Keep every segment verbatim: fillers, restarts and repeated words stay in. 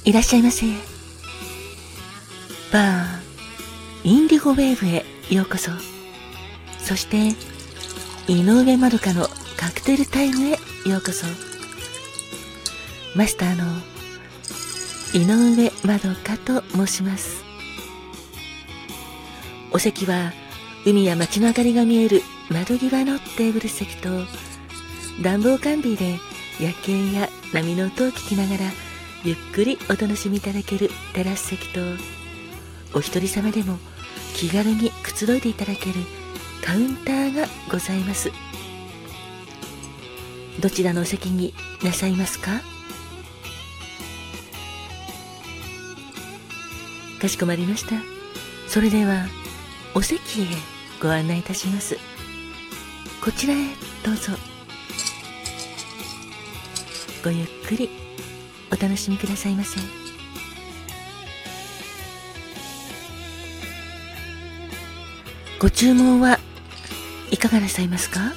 いらっしゃいませ。バーインディゴウェーブへようこそ。そして井上まどかのカクテルタイムへようこそ。マスターの井上まどかと申します。お席は海や街の明かりが見える窓際のテーブル席と、暖房完備で夜景や波の音を聞きながらゆっくりお楽しみいただけるテラス席と、お一人様でも気軽にくつろいでいただけるカウンターがございます。どちらのお席になさいますか？かしこまりました。それではお席へご案内いたします。こちらへどうぞ。ごゆっくりお楽しみくださいませ。ご注文はいかがなさいますか？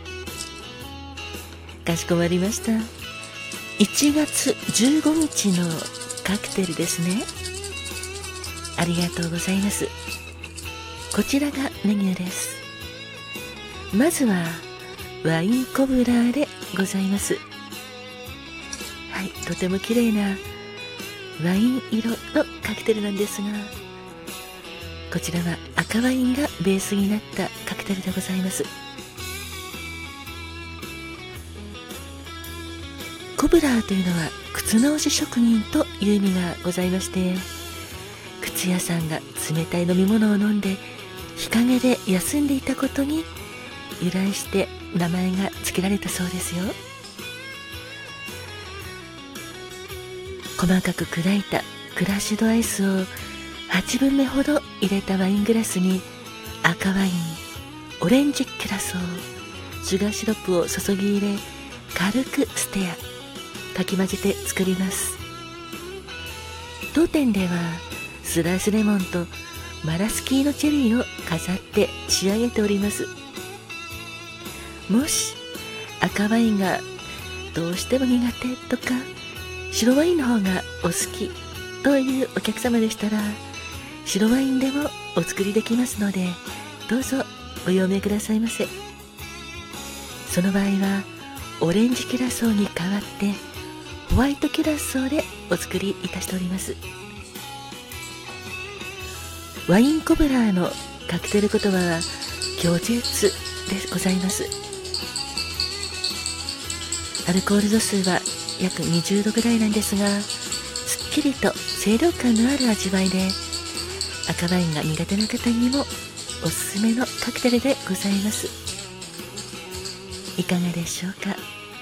かしこまりました。いちがつじゅうごにちのカクテルですね。ありがとうございます。こちらがメニューです。まずはワインコブラーでございます。はい、とても綺麗なワイン色のカクテルなんですが、こちらは赤ワインがベースになったカクテルでございます。コブラーというのは靴直し職人という意味がございまして、靴屋さんが冷たい飲み物を飲んで日陰で休んでいたことに由来して名前が付けられたそうですよ。細かく砕いたクラッシュドアイスをはちぶんめほど入れたワイングラスに赤ワイン、オレンジキュラソー、シュガーシロップを注ぎ入れ、軽くステア、かき混ぜて作ります。当店ではスライスレモンとマラスキーのチェリーを飾って仕上げております。もし赤ワインがどうしても苦手とか白ワインの方がお好きというお客様でしたら、白ワインでもお作りできますので、どうぞご用命くださいませ。その場合はオレンジキュラソーに代わってホワイトキュラソーでお作りいたしております。ワインコブラーのカクテル言葉は拒絶でございます。アルコール度数は約にじゅうどぐらいなんですが、すっきりと清涼感のある味わいで、赤ワインが苦手な方にもおすすめのカクテルでございます。いかがでしょうか。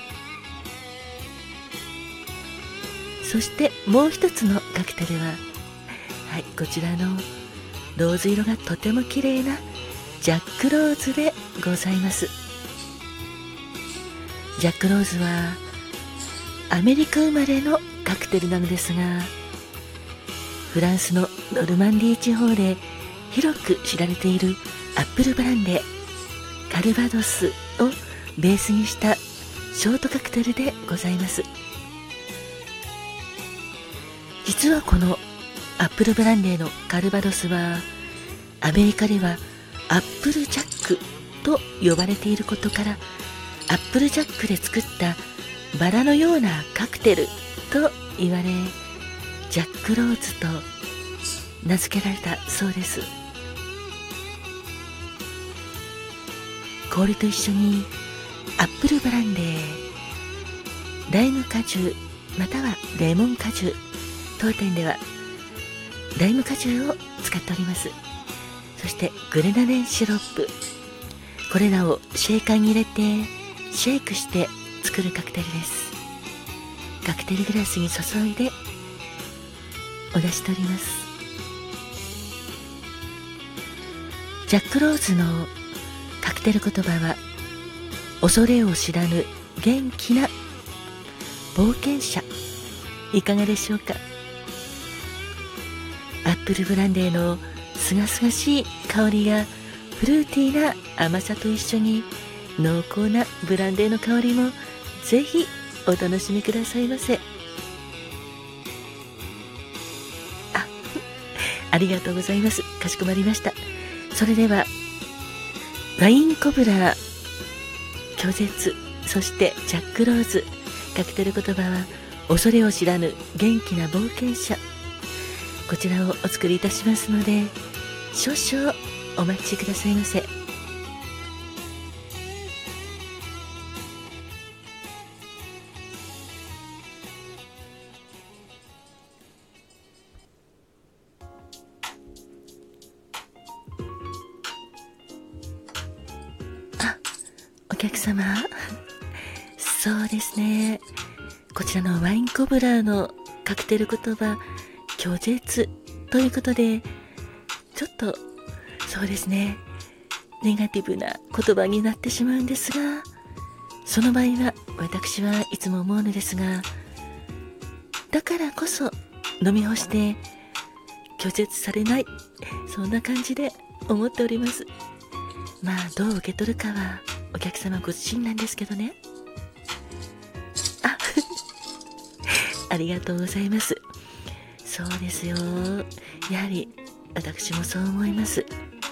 そしてもう一つのカクテルは、はい、こちらのローズ色がとても綺麗なジャックローズでございます。ジャックローズはアメリカ生まれのカクテルなのですが、フランスのノルマンディー地方で広く知られているアップルブランデー、カルバドスをベースにしたショートカクテルでございます。実はこのアップルブランデーのカルバドスはアメリカではアップルジャックと呼ばれていることから、アップルジャックで作ったバラのようなカクテルと言われ、ジャックローズと名付けられたそうです。氷と一緒にアップルブランデー、ライム果汁またはレモン果汁、当店ではライム果汁を使っております。そしてグレナデンシロップ、これらをシェーカーに入れてシェイクして作るカクテルです。カクテルグラスに注いでお出ししております。ジャックローズのカクテル言葉は、恐れを知らぬ元気な冒険者。いかがでしょうか。アップルブランデーのすがすがしい香りやフルーティーな甘さと一緒に濃厚なブランデーの香りもぜひお楽しみくださいませ。 ありがとうございます。かしこまりました。それではワインコブラ、拒絶、そしてジャックローズ、カクテル言葉は恐れを知らぬ元気な冒険者、こちらをお作りいたしますので少々お待ちくださいませ。あ、お客様、そうですね、こちらのワインコブラーのカクテル言葉拒絶ということで、ちょっとそうですね、ネガティブな言葉になってしまうんですが、その場合は私はいつも思うのですが、だからこそ飲み干して拒絶されない、そんな感じで思っております。まあどう受け取るかはお客様ご自身なんですけどね。あありがとうございます。そうですよ、やはり私もそう思います。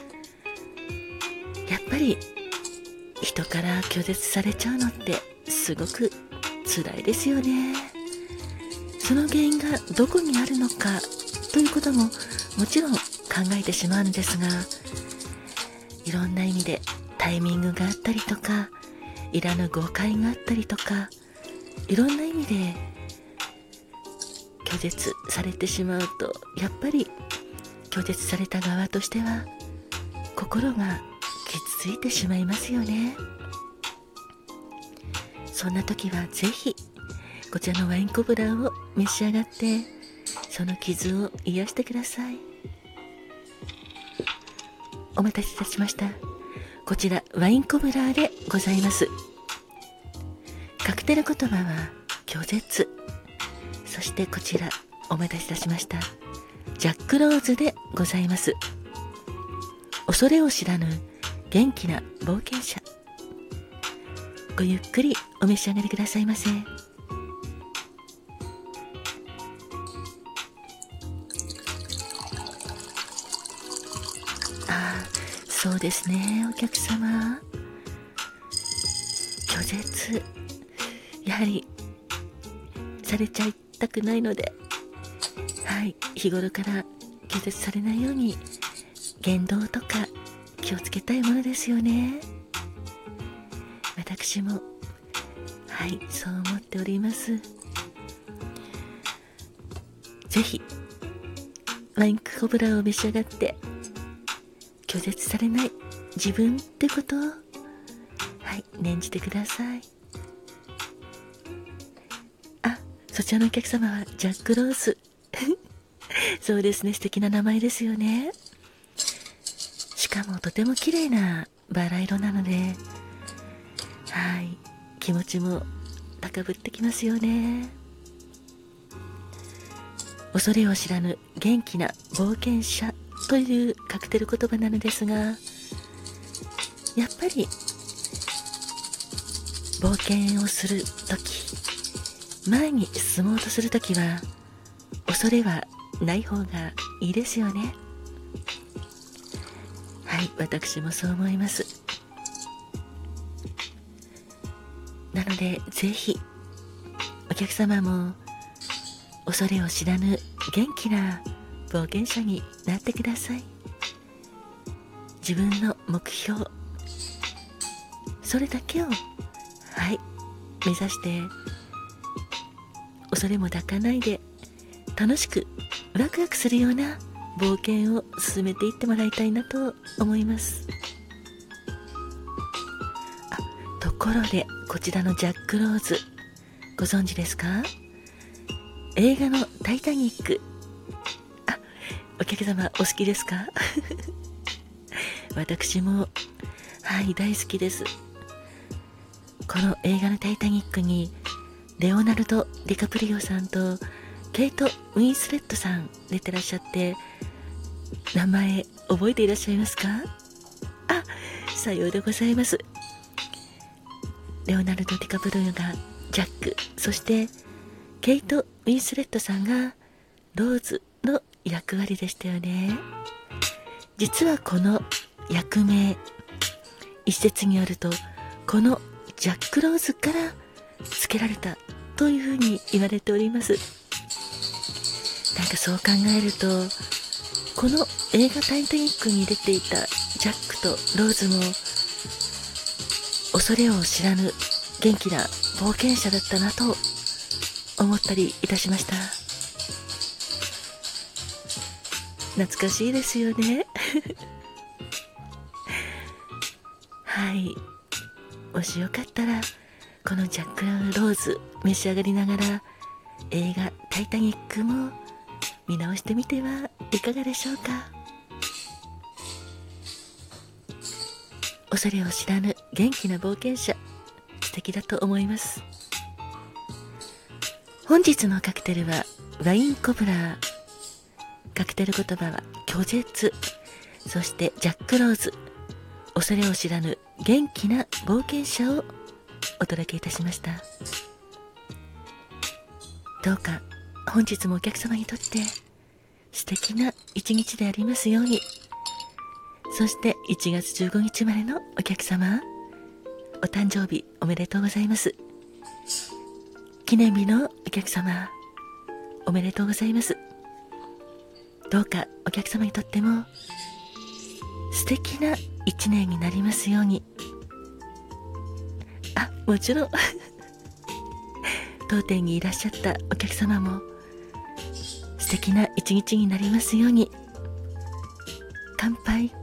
やっぱり人から拒絶されちゃうのってすごく辛いですよね。その原因がどこにあるのかということももちろん考えてしまうんですが、いろんな意味でタイミングがあったりとか、いらぬ誤解があったりとか、いろんな意味で拒絶されてしまうと、やっぱり拒絶された側としては心が傷ついてしまいますよね。そんな時はぜひこちらのワインコブラーを召し上がってその傷を癒してください。お待たせいたしました。こちらワインコブラーでございます。カクテル言葉は拒絶、そしてこちらお待たせいたしましたジャックローズでございます。恐れを知らぬ元気な冒険者、ごゆっくりお召し上がりくださいませ。ああ、そうですね、お客様、拒絶やはりされちゃいたくないので、はい、日頃から拒絶されないように言動とか気をつけたいものですよね。私もはいそう思っております。ぜひワインコブラーを召し上がって拒絶されない自分ってことをはい念じてください。あ、そちらのお客様はジャックローズそうですね、素敵な名前ですよね。しかもとても綺麗なバラ色なので、はい、気持ちも高ぶってきますよね。恐れを知らぬ元気な冒険者というカクテル言葉なのですが、やっぱり冒険をするとき、前に進もうとするときは恐れはない方がいいですよね。はい、私もそう思います。なのでぜひお客様も恐れを知らぬ元気な冒険者になってください。自分の目標、それだけをはい目指して恐れも抱かないで楽しくワクワクするような冒険を進めていってもらいたいなと思います。あ、ところでこちらのジャックローズご存知ですか？映画のタイタニック、あ、お客様お好きですか？私もはい大好きです。この映画のタイタニックにレオナルド・ディカプリオさんとケイト・ウィンスレットさん出てらっしゃって、名前覚えていらっしゃいますか？あ、さようでございます。レオナルド・ディカプリオがジャック、そしてケイト・ウィンスレットさんがローズの役割でしたよね。実はこの役名、一説によるとこのジャック・ローズから付けられたというふうに言われております。なんかそう考えると、この映画タイタニックに出ていたジャックとローズも恐れを知らぬ元気な冒険者だったなと思ったりいたしました。懐かしいですよねはい、もしよかったらこのジャック・ローズ召し上がりながら映画タイタニックも見直してみてはいかがでしょうか。恐れを知らぬ元気な冒険者、素敵だと思います。本日のカクテルはワインコブラー、カクテル言葉は拒絶、そしてジャック・ローズ、恐れを知らぬ元気な冒険者をお届けいたしました。どうか本日もお客様にとって素敵な一日でありますように。そしていちがつじゅうごにちまでのお客様、お誕生日おめでとうございます。記念日のお客様、おめでとうございます。どうかお客様にとっても素敵な一年になりますように。あ、もちろん当店にいらっしゃったお客様も素敵な一日になりますように。乾杯。